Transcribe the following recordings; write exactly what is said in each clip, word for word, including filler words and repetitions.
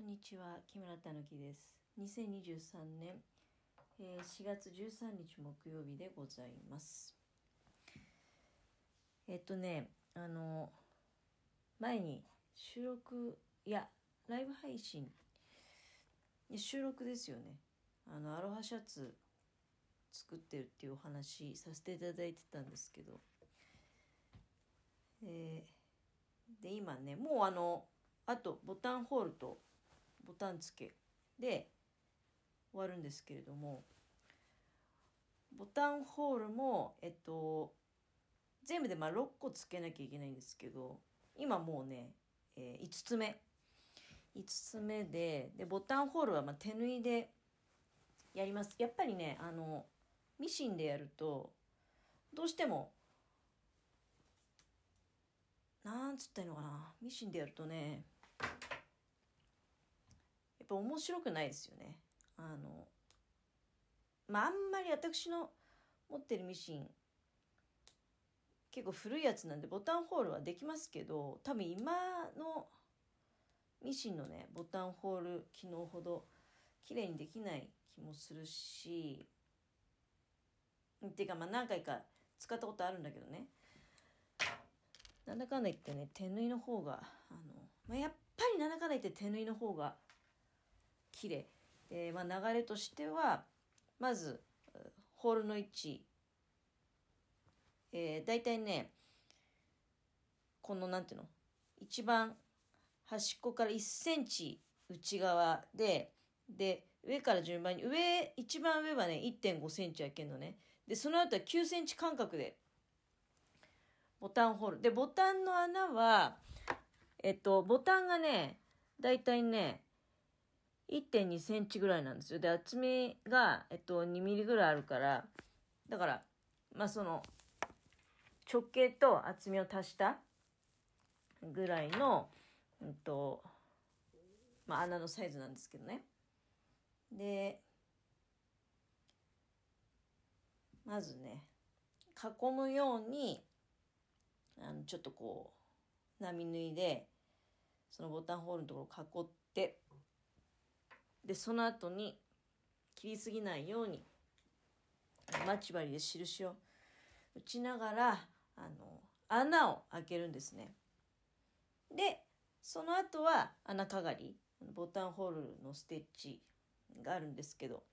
んにちは、木村たぬきです。にせんにじゅうさんねん、えーしがつじゅうさんにち木曜日でございます。えっとね、あの、前に収録、いや、ライブ配信、収録ですよね。あの、アロハシャツ作ってるっていうお話させていただいてたんですけど、えーで、今ね、もうあの、あとボタンホールとボタン付けで終わるんですけれども、ボタンホールもえっと全部でまあろっこつけなきゃいけないんですけど、今もうね、えー、いつつめいつつめででボタンホールはまあ手縫いでやります。やっぱりね、あのミシンでやるとどうしてもなんつったらいいのかな、ミシンでやるとね、やっぱ面白くないですよね。あのまああんまり私の持ってるミシン結構古いやつなんでボタンホールはできますけど、多分今のミシンのねボタンホール機能ほど綺麗にできない気もするし、っていうかまあ何回か使ったことあるんだけどね、なんだかんだ言ってね手縫いの方があの、まあ、やっぱりなんだかんだ言って手縫いの方が綺麗で、まあ、流れとしてはまずホールの位置、えー、だいたいねこのなんていうの、一番端っこからいっセンチ内側で、で上から順番に上、一番上はね いってんごセンチ開けるのね。でその後はきゅうセンチ間隔でボタンホールで、ボタンの穴はえっとボタンがねだいたいね いってんにセンチぐらいなんですよ。で厚みがえっとにミリぐらいあるから、だからまあその直径と厚みを足したぐらいの、うんとまあ、穴のサイズなんですけどね。でまずね囲むようにあのちょっとこう波縫いでそのボタンホールのところを囲って、でその後に切りすぎないように待ち針で印を打ちながらあの穴を開けるんですね。でその後は穴かがり、ボタンホールのステッチがあるんですけど、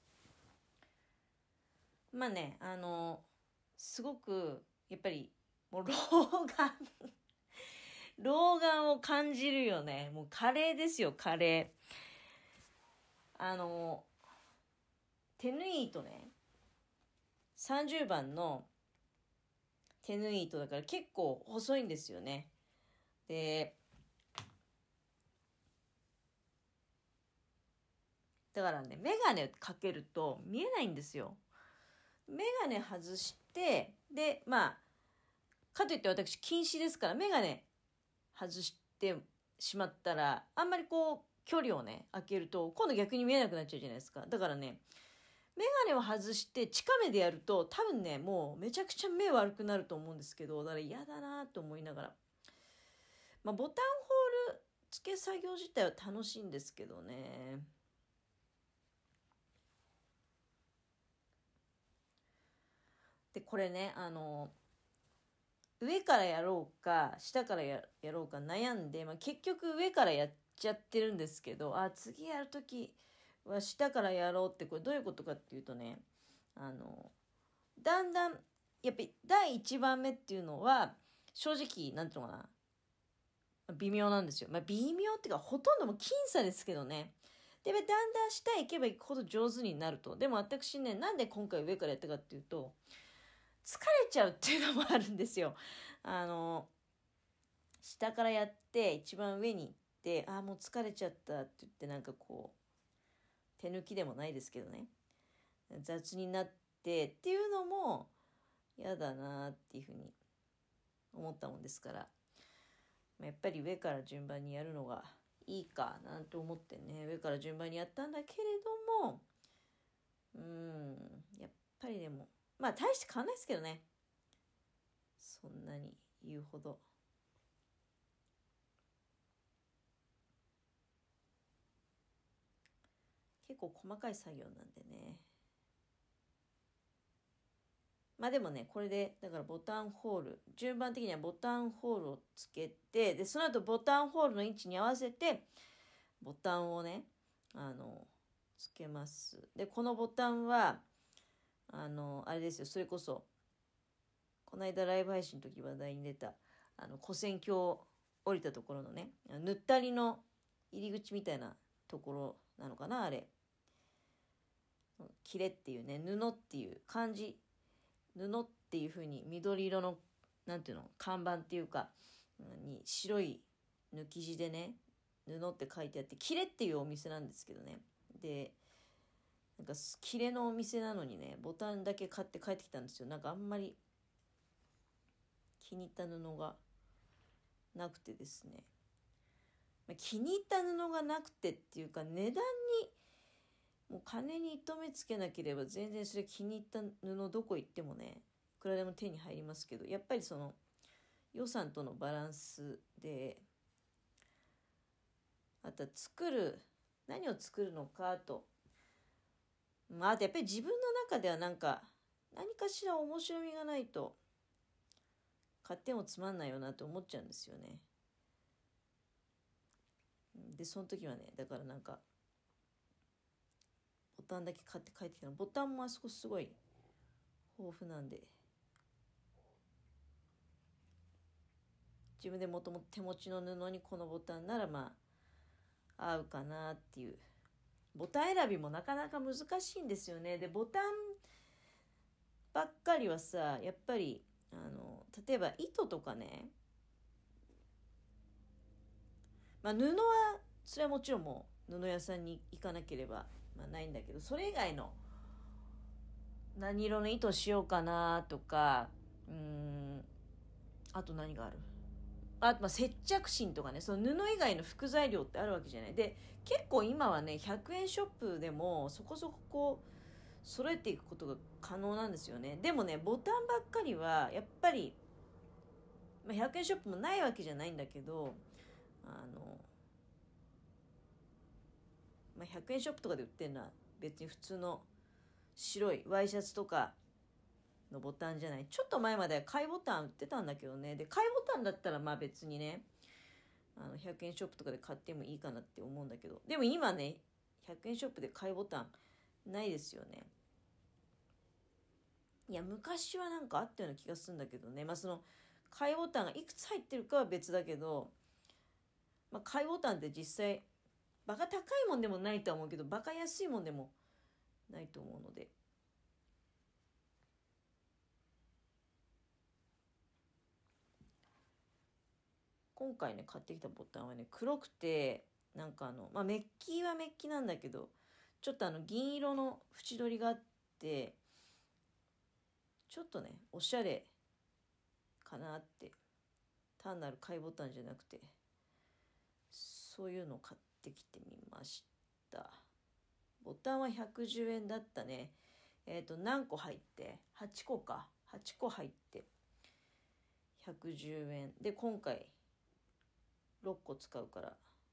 まあね、あのすごくやっぱりもう老眼老眼を感じるよね。もうカレーですよ、カレー。あの手縫い糸ね、さんじゅうばんの手縫い糸だから結構細いんですよね。でだからね、メガネかけると見えないんですよ。メガネ外して、でまあかといって私近視ですから、メガネ外してしまったらあんまりこう距離をね開けると今度逆に見えなくなっちゃうじゃないですか。だからね、メガネを外して近目でやると多分ねもうめちゃくちゃ目悪くなると思うんですけど、だから嫌だなと思いながら、まあ、ボタンホール付け作業自体は楽しいんですけどね。でこれね、あの上からやろうか下からややろうか悩んで、まあ、結局上からやっちゃってるんですけど、あ次やるときは下からやろうって、これどういうことかっていうとね、あのだんだんやっぱりだいいちばんめっていうのは正直なんていうのかな、微妙なんですよ。まあ微妙っていうかほとんども僅差ですけどね。でだんだん下へ行けば行くほど上手になると。でも私ね、なんで今回上からやったかっていうと疲れちゃうっていうのもあるんですよ。あの下からやって一番上に行って、ああもう疲れちゃったって言ってなんかこう手抜きでもないですけどね、雑になってっていうのも嫌だなっていうふうに思ったもんですから、やっぱり上から順番にやるのがいいかなんて思ってね、上から順番にやったんだけれども、うーんやっぱりでもまあ大して変わんないですけどね、そんなに言うほど。 結構細かい作業なんでね。まあでもね、これで、だからボタンホール、順番的にはボタンホールをつけて、で、その後ボタンホールの位置に合わせて、ボタンをね、あの、つけます。で、このボタンは、あの、あれですよ、それこそ、この間ライブ配信の時話題に出た、あの、跨線橋降りたところのね、塗ったりの入り口みたいなところなのかな、あれ。切れっていうね、布っていう漢字、布っていう風に緑色の、なんていうの、看板っていうか、に白い抜き地でね、布って書いてあって、切れっていうお店なんですけどね。で、なんか切れのお店なのにね、ボタンだけ買って帰ってきたんですよ。なんかあんまり気に入った布がなくてですね。気に入った布がなくてっていうか、値段にもう金に糸目つけなければ全然それ気に入った布どこ行ってもね、いくらでも手に入りますけど、やっぱりその予算とのバランスで、あとは作る、何を作るのかと、まあ、あとやっぱり自分の中ではなんか何かしら面白みがないと買ってもつまんないよなと思っちゃうんですよね。でその時はね、だからなんかボタンだけ買って帰ってきたの。ボタンもあそこすごい豊富なんで、自分でもともと手持ちの布にこのボタンならまあ合うかなっていう。ボタン選びもなかなか難しいんですよね。でボタンばっかりはさ、やっぱりあの例えば糸とかね、まあ布はそれはもちろんもう布屋さんに行かなければ、まあ、ないんだけど、それ以外の何色の糸しようかなとか、うーんあと何がある、あ、まあ、接着芯とかね、その布以外の副材料ってあるわけじゃない。で結構今はね、ひゃくえんショップでもそこそここう揃えていくことが可能なんですよね。でもね、ボタンばっかりはやっぱり、まあ、ひゃくえんショップもないわけじゃないんだけど、あの、まあ、ひゃくえんショップとかで売ってるのは別に普通の白いワイシャツとかのボタンじゃない。ちょっと前までは貝ボタン売ってたんだけどね。で貝ボタンだったらまあ別にね、あのひゃくえんショップとかで買ってもいいかなって思うんだけど、でも今ね、ひゃくえんショップで買いボタンないですよね。いや昔はなんかあったような気がするんだけどね。まあその買いボタンがいくつ入ってるかは別だけど、まあ、買いボタンって実際バカ高いもんでもないとは思うけど、バカ安いもんでもないと思うので、今回ね買ってきたボタンはね、黒くて、なんかあの、まあ、メッキはメッキなんだけど、ちょっとあの銀色の縁取りがあって、ちょっとねおしゃれかなって、単なる買いボタンじゃなくてそういうのを買ってきてみました。ボタンはひゃくじゅうえんだったね。えっ、ー、と何個入って、はちこか、はちこ入ってひゃくじゅうえんで、今回ろっこ使うから、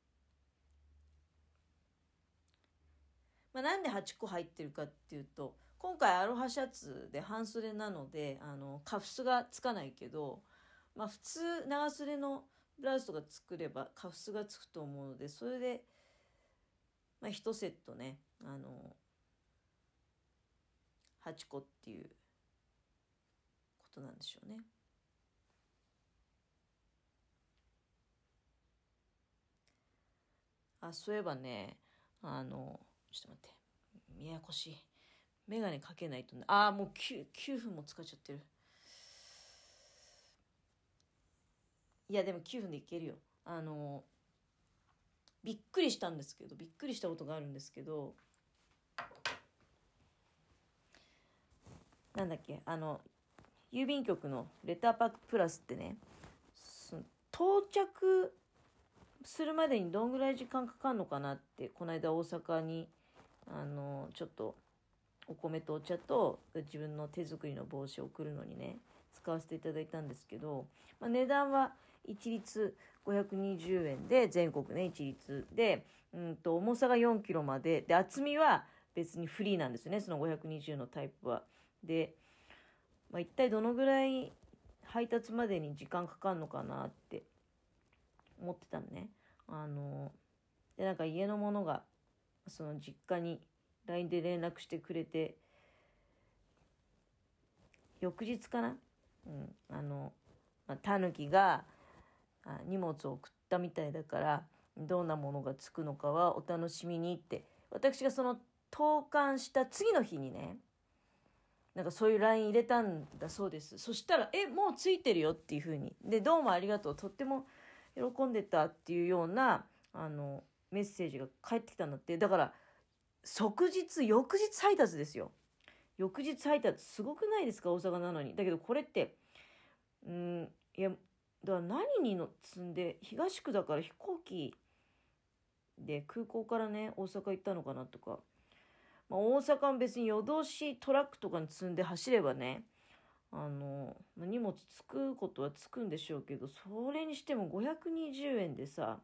まあ、なんではちこ入ってるかっていうと、今回アロハシャツで半袖なので、あのカフスがつかないけど、まあ、普通長袖のブラウスとか作ればカフスがつくと思うので、それで、まあ、いちセットね、あのはちこっていうことなんでしょうね。あ、そういえばね、あのちょっと待って、ややこしい、メガネかけないとね。ああ、もう 9, きゅうふんも使っちゃってる。いやでもきゅうふんでいけるよ。あのびっくりしたんですけど、びっくりしたことがあるんですけど、なんだっけ、あの郵便局のレターパックプラスってね、到着するまでにどんぐらい時間かかるのかなって、この間大阪にあのちょっとお米とお茶と自分の手作りの帽子を送るのにね使わせていただいたんですけど、まあ、値段は一律ごひゃくにじゅうえんで、全国ね、一律で、うんと、重さがよんキロまで、で、厚みは別にフリーなんですよね、そのごひゃくにじゅうのタイプは。で、まあ、一体どのぐらい配達までに時間かかるのかなって思ってたのね。あの、で、なんか家の者が、その実家に ライン で連絡してくれて、翌日かな、うん、あの、まあ、タヌキがあ荷物を送ったみたいだから、どんなものがつくのかはお楽しみにって、私がその投函した次の日にね、なんかそういう ライン 入れたんだそうです。そしたら、え、もうついてるよっていう風に。で、どうもありがとう。とっても喜んでたっていうような、あの、メッセージが返ってきたんだって。だから、即日、翌日配達ですよ。翌日配達、すごくないですか、大阪なのに。だけどこれって、うん、いや、だから何にの積んで、東区だから飛行機で空港からね、大阪行ったのかなとか。まあ、大阪も別に夜通しトラックとかに積んで走ればね、あの、まあ荷物つくことはつくんでしょうけど、それにしてもごひゃくにじゅうえんでさ、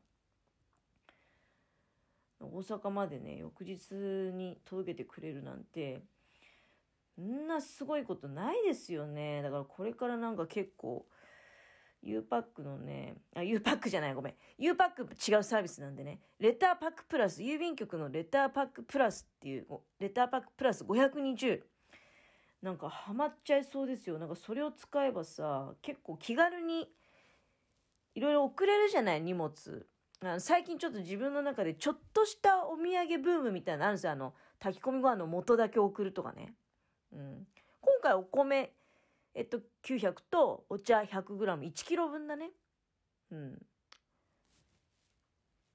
大阪までね、翌日に届けてくれるなんて、んなすごいことないですよね。だからこれからなんか結構、U パックのね、あ、U パックじゃない、ごめん。U パック違うサービスなんでね。レターパックプラス、郵便局のレターパックプラスっていう、レターパックプラスごひゃくにじゅう。なんかハマっちゃいそうですよ。なんかそれを使えばさ、結構気軽にいろいろ送れるじゃない、荷物。あの最近ちょっと自分の中でちょっとしたお土産ブームみたいなのあるんですよ。あの、炊き込みご飯の素だけ送るとかね。うん。今回お米、えっと、きゅうひゃくとお茶 ひゃくグラム、いちキロぶんだね。うん。